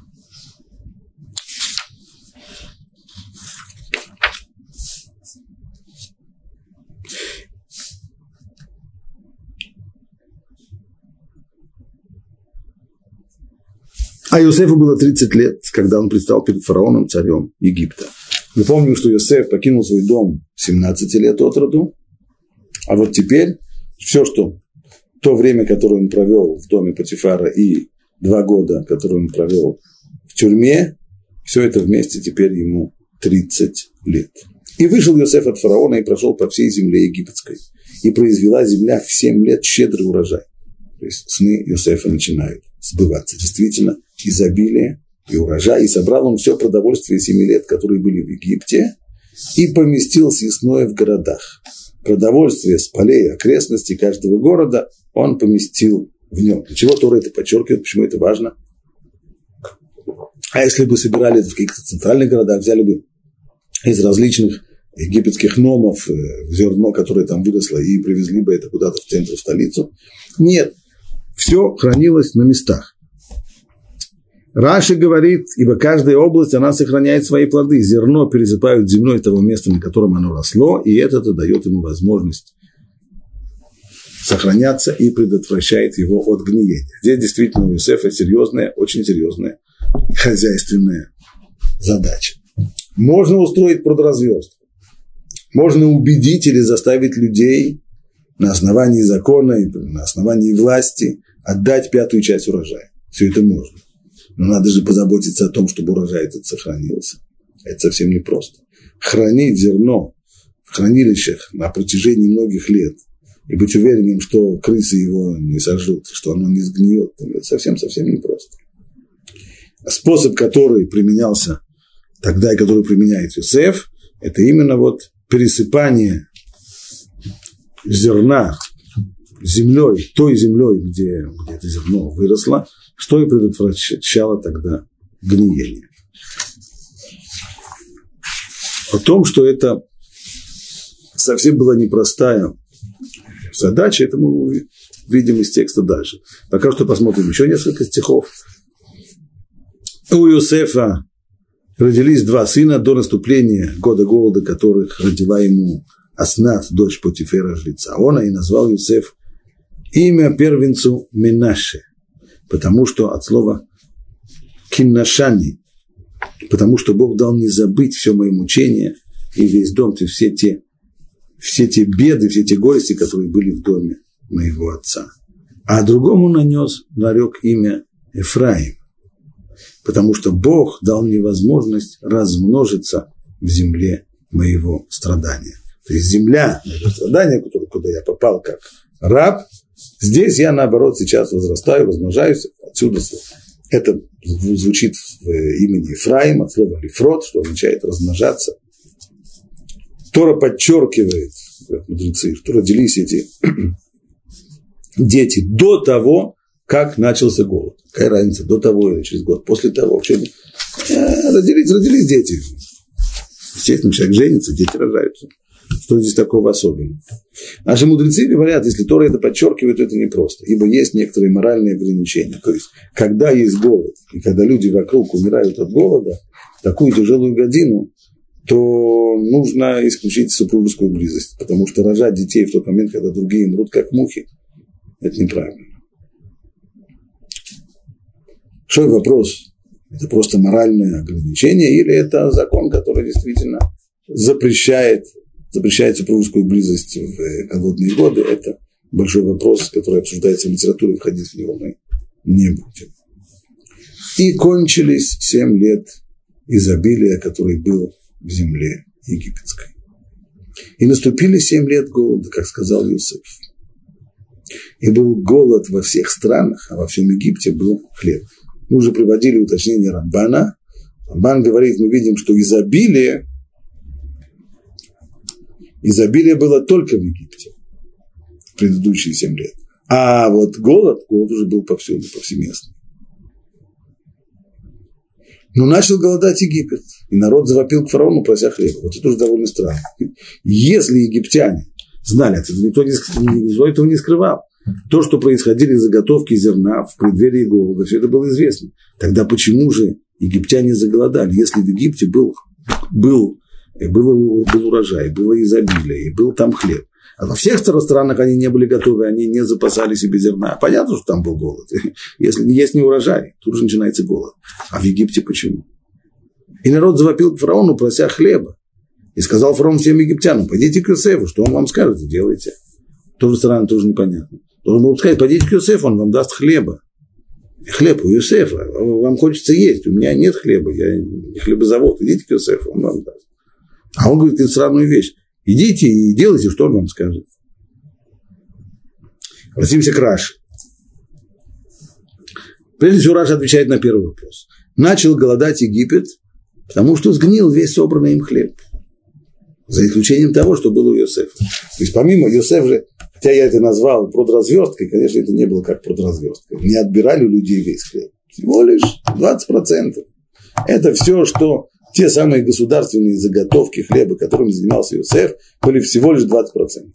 Speaker 1: А Йосефу было тридцать лет, когда он предстал перед фараоном, царем Египта. Мы помним, что Йосеф покинул свой дом семнадцати лет от роду, а вот теперь все, что то время, которое он провел в доме Потифара, и два года, которые он провел в тюрьме, все это вместе теперь ему тридцать лет. И вышел Йосеф от фараона и прошел по всей земле египетской, и произвела земля в семь лет щедрый урожай. То есть сны Йосефа начинают сбываться. Действительно, изобилие и урожай. И собрал он все продовольствие семи лет, которые были в Египте, и поместил съестное в городах. Продовольствие с полей окрестностей каждого города он поместил в нем. Для чего Тора это подчеркивает, почему это важно? А если бы собирали это в каких-то центральных городах, взяли бы из различных египетских номов зерно, которое там выросло, и привезли бы это куда-то в центр, в столицу? Нет. Все хранилось на местах. Раши говорит, ибо каждая область, она сохраняет свои плоды. Зерно пересыпают землей того места, на котором оно росло, и это-то дает ему возможность сохраняться и предотвращает его от гниения. Здесь действительно у Йосефа серьезная, очень серьезная хозяйственная задача. Можно устроить продразверстку. Можно убедить или заставить людей на основании закона и на основании власти отдать пятую часть урожая. Все это можно. Но надо же позаботиться о том, чтобы урожай этот сохранился. Это совсем непросто. Хранить зерно в хранилищах на протяжении многих лет и быть уверенным, что крысы его не сожрут, что оно не сгниет, это совсем-совсем непросто. Способ, который применялся тогда и который применяет Йосеф, это именно вот пересыпание зерна землей, той землей, где, где это зерно выросло, что и предотвращало тогда гниение. О том, что это совсем была непростая задача, это мы видим из текста дальше. Пока что посмотрим еще несколько стихов. У Йосефа родились два сына до наступления года голода, которых родила ему Аснат, дочь Потифера, жреца Она, и назвал Йосеф имя первенцу Менаше, потому что от слова киннашани, потому что Бог дал мне забыть все мои мучения и весь дом, то есть все те, все те беды, все те горести, которые были в доме моего отца. А другому нанес, нарек имя Эфраим, потому что Бог дал мне возможность размножиться в земле моего страдания. То есть земля моего страдания, куда я попал как раб, здесь я, наоборот, сейчас возрастаю, размножаюсь. Отсюда это звучит в имени Ефраим, от слова лифрот, что означает размножаться. Тора подчеркивает, говорят мудрецы, что родились эти дети до того, как начался голод. Какая разница, до того или через год, после того, в чем родились, родились дети. Естественно, человек женится, дети рожаются. Что здесь такого особенного? Наши мудрецы говорят, если Тора это подчеркивает, это непросто, ибо есть некоторые моральные ограничения. То есть, когда есть голод, и когда люди вокруг умирают от голода, в такую тяжелую годину то нужно исключить супружескую близость, потому что рожать детей в тот момент, когда другие мрут как мухи, это неправильно. Что вопрос? Это просто моральное ограничение или это закон, который действительно запрещает, запрещает супружескую близость в голодные годы? Это большой вопрос, который обсуждается в литературе, входить в него мы не будем. И кончились семь лет изобилия, который был в земле египетской. И наступили семь лет голода, как сказал Иосиф. И был голод во всех странах, а во всем Египте был хлеб. Мы уже приводили уточнение Рамбана. Рамбан говорит, мы видим, что изобилие, изобилие было только в Египте в предыдущие семь лет. А вот голод, голод уже был повсюду, повсеместно. Но начал голодать Египет, и народ завопил к фараону, прося хлеба. Вот это уже довольно странно. Если египтяне знали, это никто, не, никто этого не скрывал, то, что происходили заготовки зерна в преддверии голода, все это было известно. Тогда почему же египтяне заголодали, если в Египте был, был, был, был урожай, было изобилие, и был там хлеб? А во всех странах они не были готовы, они не запасали себе зерна. Понятно, что там был голод. Если не есть не урожай, тут же начинается голод. А в Египте почему? И народ завопил к фараону, прося хлеба. И сказал фараон всем египтянам, пойдите к Иосифу, что он вам скажет, и делайте. Тоже странно, тоже непонятно. Должен был сказать, пойдите к Иосифу, он вам даст хлеба. Хлеб у Иосифа, вам хочется есть, у меня нет хлеба, я не хлебозавод, идите к Иосифу, он вам даст. А он говорит странную вещь. Идите и делайте, что он вам скажет. Обратимся к Раши. Прежде всего, Раши отвечает на первый вопрос. Начал голодать Египет, потому что сгнил весь собранный им хлеб. За исключением того, что было у Иосифа. То есть, помимо Иосифа же, хотя я это назвал продразверсткой, конечно, это не было как продразверстка. Не отбирали у людей весь хлеб. Всего лишь двадцать процентов. Это все, что... Те самые государственные заготовки хлеба, которыми занимался Иосиф, были всего лишь двадцать процентов.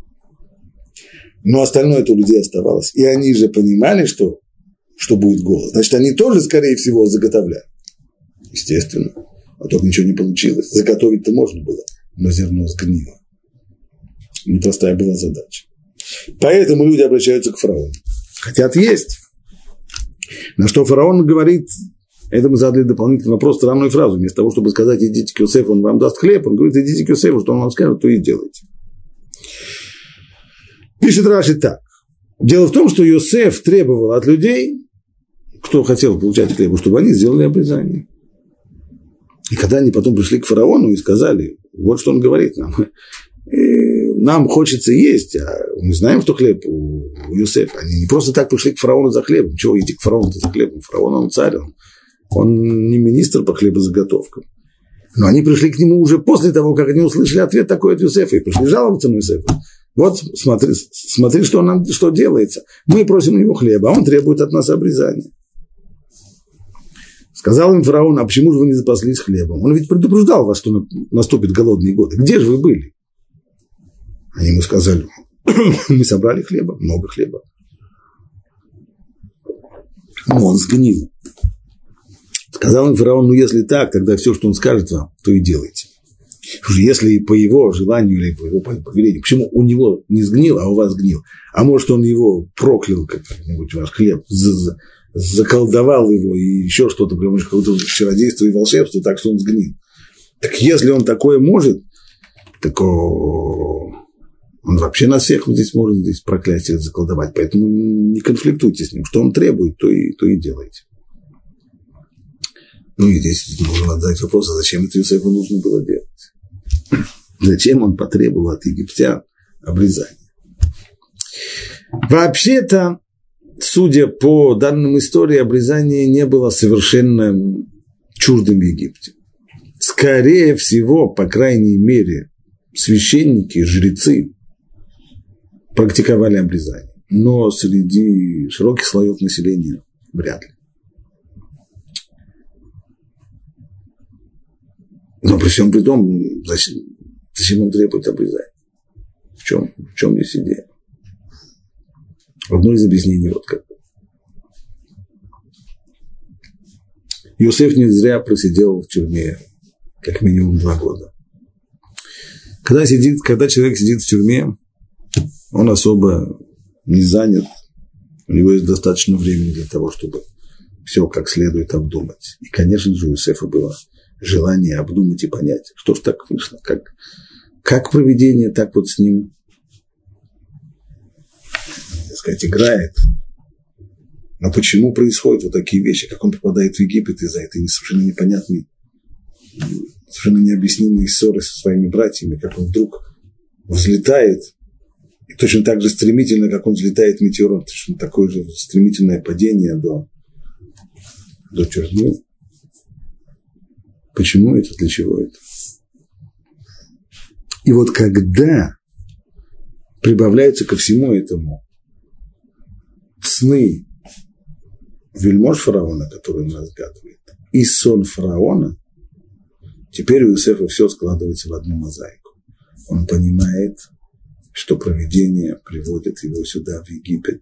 Speaker 1: Но остальное это у людей оставалось. И они же понимали, что, что будет голод. Значит, они тоже, скорее всего, заготовляли. Естественно. А только ничего не получилось. Заготовить-то можно было, но зерно сгнило. Непростая была задача. Поэтому люди обращаются к фараону. Хотят есть. На что фараон говорит... Это мы задали дополнительный вопрос, странную фразу. Вместо того, чтобы сказать, идите к Иосифу, он вам даст хлеб, он говорит, идите к Иосифу, что он вам скажет, то и делайте. Пишет Раши так. Дело в том, что Иосиф требовал от людей, кто хотел получать хлеб, чтобы они сделали обрезание. И когда они потом пришли к фараону и сказали, вот что он говорит нам, нам хочется есть, а мы знаем, что хлеб у Иосифа. Они не просто так пришли к фараону за хлебом. Чего идти к фараону за хлебом? Фараон, он царь, он Он не министр по хлебозаготовкам. Но они пришли к нему уже после того, как они услышали ответ такой от Иосифа. И пришли жаловаться на Иосифа. Вот смотри, смотри что, нам, что делается. Мы просим у него хлеба, а он требует от нас обрезания. Сказал им фараон, а почему же вы не запаслись хлебом? Он ведь предупреждал вас, что наступит голодные годы. Где же вы были? Они ему сказали, мы собрали хлеба, много хлеба. Но он сгнил. Сказал им фараон, ну если так, тогда все, что он скажет вам, то и делайте. Если по его желанию или по его повелению, почему у него не сгнил, а у вас сгнил? А может, он его проклял, как-нибудь ваш хлеб, заколдовал его и еще что-то, прямо какое-то чародейство и волшебство, так что он сгнил. Так если он такое может, так он вообще нас всех вот здесь может здесь проклятие заколдовать. Поэтому не конфликтуйте с ним. Что он требует, то и, то и делайте. Ну и здесь нужно задать вопрос, а зачем это Иосифу нужно было делать? Зачем он потребовал от египтян обрезания? Вообще-то, судя по данным истории, обрезание не было совершенно чуждым в Египте. Скорее всего, по крайней мере, священники, жрецы практиковали обрезание. Но среди широких слоев населения вряд ли. Но при всем при том, зачем, зачем он требует обрезания? В чем, в чем здесь идея? Одно из объяснений вот как. Иосиф не зря просидел в тюрьме как минимум два года. Когда, сидит, когда человек сидит в тюрьме, он особо не занят, у него есть достаточно времени для того, чтобы все как следует обдумать. И, конечно же, у Иосифа было желание обдумать и понять, что ж так вышло, как, как провидение так вот с ним, так сказать, играет. Но почему происходят вот такие вещи, как он попадает в Египет из-за этой совершенно непонятной, совершенно необъяснимой ссоры со своими братьями, как он вдруг взлетает, и точно так же стремительно, как он взлетает метеором, точно такое же стремительное падение до, до тюрьмы. Почему это, для чего это? И вот когда прибавляются ко всему этому сны вельмож фараона, который он разгадывает, и сон фараона, теперь у Иосифа все складывается в одну мозаику. Он понимает, что провидение приводит его сюда, в Египет,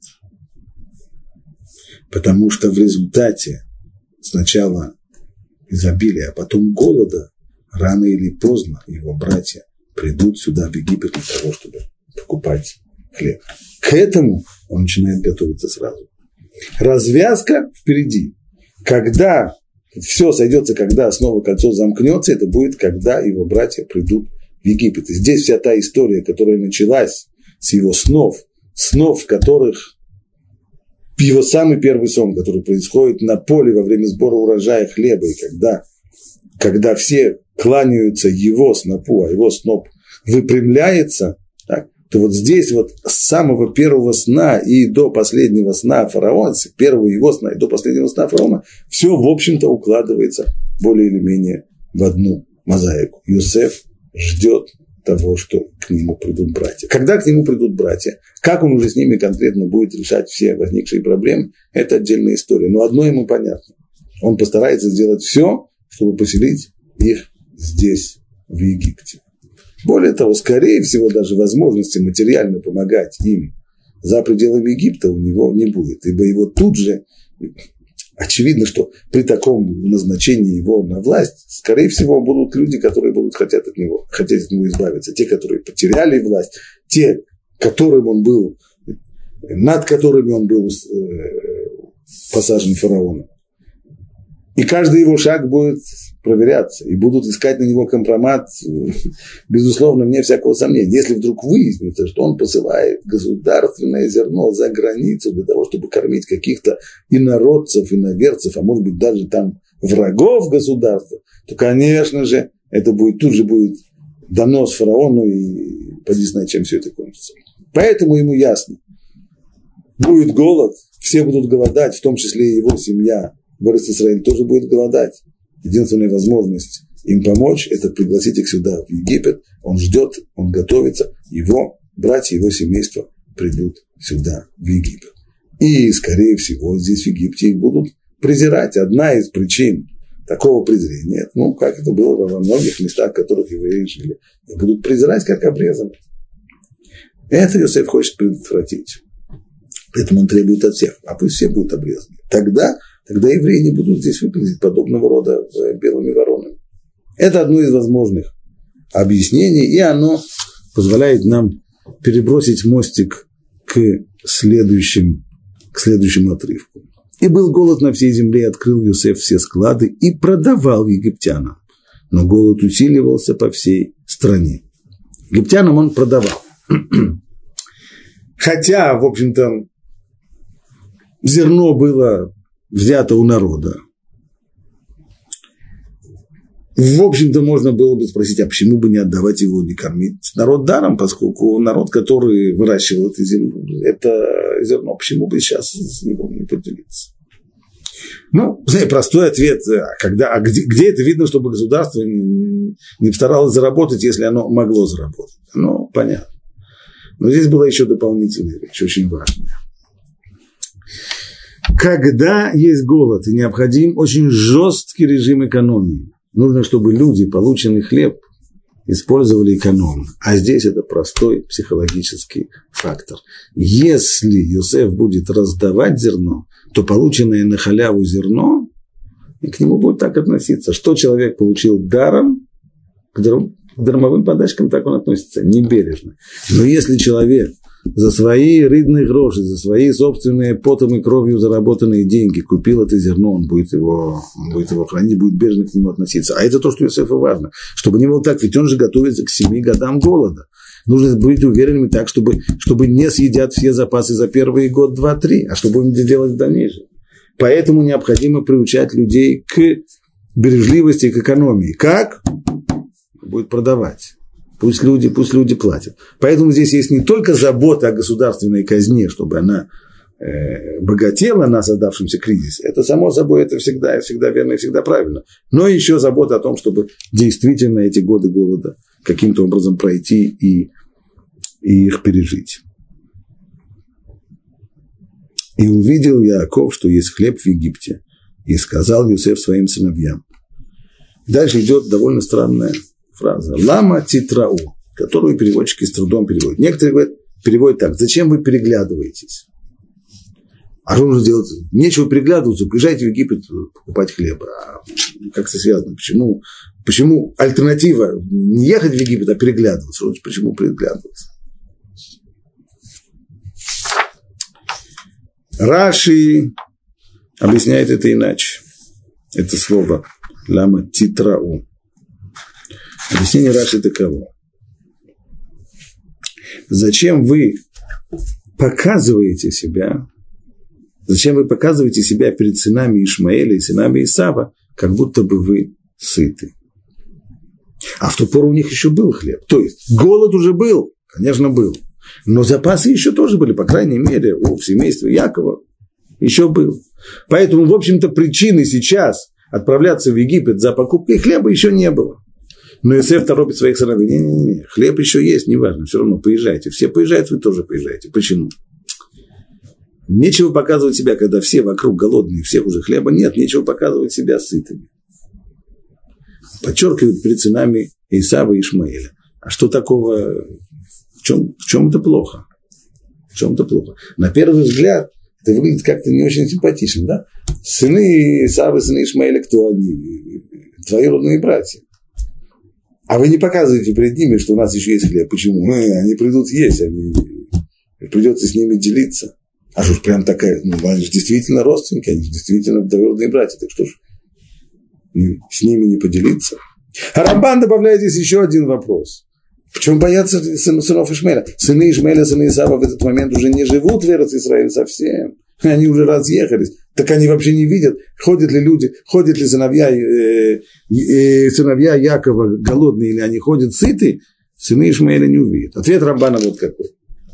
Speaker 1: потому что в результате сначала изобилия, а потом голода, рано или поздно его братья придут сюда, в Египет, для того, чтобы покупать хлеб. К этому он начинает готовиться сразу. Развязка впереди. Когда все сойдется, когда снова кольцо замкнется, это будет, когда его братья придут в Египет. И здесь вся та история, которая началась с его снов, снов, в которых его самый первый сон, который происходит на поле во время сбора урожая хлеба, и когда, когда все кланяются его снопу, а его сноп выпрямляется, так, то вот здесь вот с самого первого сна и до последнего сна фараона, с первого его сна и до последнего сна фараона, все, в общем-то, укладывается более или менее в одну мозаику. Иосиф ждет того, что к нему придут братья. Когда к нему придут братья, как он уже с ними конкретно будет решать все возникшие проблемы, это отдельная история. Но одно ему понятно. Он постарается сделать все, чтобы поселить их здесь, в Египте. Более того, скорее всего, даже возможности материально помогать им за пределами Египта у него не будет, ибо его тут же, очевидно, что при таком назначении его на власть, скорее всего, будут люди, которые будут хотеть от него, хотеть от него избавиться, те, которые потеряли власть, те, которым он был, над которыми он был посажен фараоном. И каждый его шаг будет проверяться, и будут искать на него компромат, безусловно, вне всякого сомнения. Если вдруг выяснится, что он посылает государственное зерно за границу для того, чтобы кормить каких-то инородцев, иноверцев, а может быть даже там врагов государства, то, конечно же, это будет, тут же будет донос фараону, и поди знай, чем все это кончится. Поэтому ему ясно, будет голод, все будут голодать, в том числе и его семья, в Израиле тоже будет голодать. Единственная возможность им помочь – это пригласить их сюда, в Египет. Он ждет, он готовится. Его братья, его семейство придут сюда, в Египет. И, скорее всего, здесь, в Египте, их будут презирать. Одна из причин такого презрения, ну, как это было во многих местах, в которых евреи жили, их будут презирать как обрезанных. Это Иосиф хочет предотвратить. Поэтому он требует от всех, а пусть все будут обрезаны. Тогда Тогда евреи не будут здесь выглядеть подобного рода белыми воронами. Это одно из возможных объяснений, и оно позволяет нам перебросить мостик к, следующим, к следующему отрывку. «И был голод на всей земле, и открыл Иосиф все склады, и продавал египтянам. Но голод усиливался по всей стране». Египтянам он продавал. Хотя, в общем-то, зерно было взято у народа. В общем-то, можно было бы спросить, а почему бы не отдавать его, не кормить народ даром, поскольку народ, который выращивал это зерно, это зерно, почему бы сейчас с него не поделиться? Ну, простой ответ, когда, а где, где это видно, чтобы государство не, не старалось заработать, если оно могло заработать? Ну, понятно. Но здесь была еще дополнительная вещь, очень важная. Когда есть голод и необходим очень жесткий режим экономии, нужно, чтобы люди полученный хлеб использовали экономно. А здесь это простой психологический фактор. Если Иосиф будет раздавать зерно, то полученное на халяву зерно, и к нему будет так относиться. Что человек получил даром, К дармовым подачкам так он относится, небережно. Но если человек за свои рыбные гроши, за свои собственные потом и кровью заработанные деньги купил это зерно, он будет его, он будет его хранить, будет бережно к нему относиться. А это то, что Йосефу важно, чтобы не было так, ведь он же готовится к семи годам голода. Нужно быть уверенными так, чтобы, чтобы не съедят все запасы за первый год, два, три, а что будем делать в дальнейшем. Поэтому необходимо приучать людей к бережливости, к экономии. Как? Будет продавать. Пусть люди, пусть люди платят. Поэтому здесь есть не только забота о государственной казне, чтобы она э, богатела на создавшемся кризисе. Это само собой, это всегда, всегда верно и всегда правильно. Но еще забота о том, чтобы действительно эти годы голода каким-то образом пройти и, и их пережить. И увидел Яаков, что есть хлеб в Египте, и сказал Йосеф своим сыновьям. Дальше идет довольно странная фраза. Лама титрау, которую переводчики с трудом переводят. Некоторые говорят, переводят так. Зачем вы переглядываетесь? А что нужно делать? Нечего переглядываться. Приезжайте в Египет покупать хлеб. А как это связано? Почему, почему альтернатива не ехать в Египет, а переглядываться? Почему переглядываться? Раши объясняет это иначе. Это слово лама титрау. Объяснение Раши таково. Зачем вы показываете себя, зачем вы показываете себя перед сынами Ишмаэля и сынами Исава, как будто бы вы сыты? А в ту пору у них еще был хлеб. То есть голод уже был, конечно, был. Но запасы еще тоже были, по крайней мере, у семейства Якова еще был. Поэтому, в общем-то, причины сейчас отправляться в Египет за покупкой хлеба еще не было. Но Йосеф торопит своих сыновей. Не-не-не, хлеб еще есть, неважно, все равно поезжайте. Все поезжают, вы тоже поезжаете. Почему? Нечего показывать себя, когда все вокруг голодные, всех уже хлеба нет, нечего показывать себя сытыми. Подчеркивают перед сынами Исава и Ишмаэля. А что такого? В чем, в чем это плохо? В чем это плохо? На первый взгляд это выглядит как-то не очень симпатично, да? Сыны Исава и сыны Ишмаэля, кто они? Твои родные братья. А вы не показываете перед ними, что у нас еще есть хлеб. Почему? Ну, они придут есть, они... придется с ними делиться. А что ж прям такая, ну, они же действительно родственники, они же действительно двоюродные братья, так что ж с ними не поделиться? А Рамбан добавляет здесь еще один вопрос. Почему боятся сынов Ишмаэля? Сыны Ишмаэля, сыны Исава в этот момент уже не живут в Эрец-Исраэль совсем. Они уже разъехались. Так они вообще не видят, ходят ли люди, ходят ли сыновья, э, э, сыновья Якова голодные, или они ходят сытые, сыны Ишмаэля не увидят. Ответ Рамбана вот какой.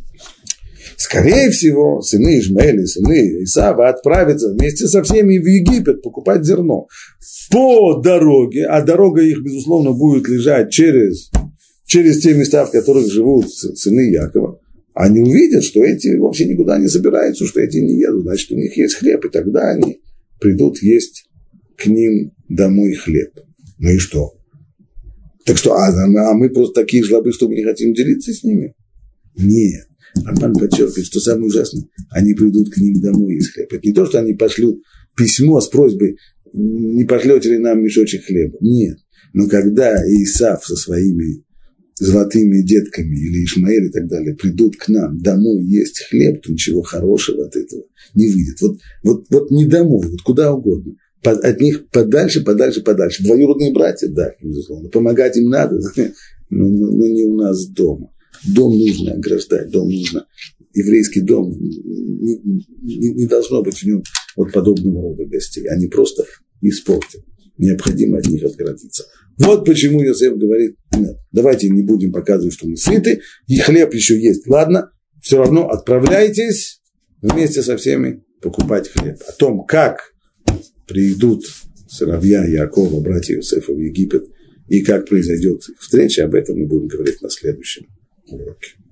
Speaker 1: Скорее всего, сыны Ишмаэля и сыны Исава отправятся вместе со всеми в Египет покупать зерно. По дороге, а дорога их, безусловно, будет лежать через, через те места, в которых живут сыны Якова. Они увидят, что эти вовсе никуда не собираются, что эти не едут, значит, у них есть хлеб, и тогда они придут есть к ним домой хлеб. Ну и что? Так что, а, а мы просто такие жлобы, что мы не хотим делиться с ними? Нет. Рамбан подчеркивает, что самое ужасное, они придут к ним домой есть хлеб. Это не то, что они пошлют письмо с просьбой, не пошлете ли нам мешочек хлеба. Нет. Но когда Исав со своими золотыми детками или Ишмаэль и так далее придут к нам домой есть хлеб, то ничего хорошего от этого не выйдет. Вот, вот, вот не домой, вот куда угодно. От них подальше, подальше, подальше. Двоюродные братья, да, безусловно. Помогать им надо, но, но, но не у нас дома. Дом нужно ограждать, дом нужно. Еврейский дом, не, не, не должно быть в нем вот подобного рода гостей. Они просто испортят. Необходимо от них отгородиться. Вот почему Йосеф говорит, нет, давайте не будем показывать, что мы сыты, и хлеб еще есть. Ладно, все равно отправляйтесь вместе со всеми покупать хлеб. О том, как придут сыновья Яакова, братья Йосефа в Египет, и как произойдет их встреча, об этом мы будем говорить на следующем уроке.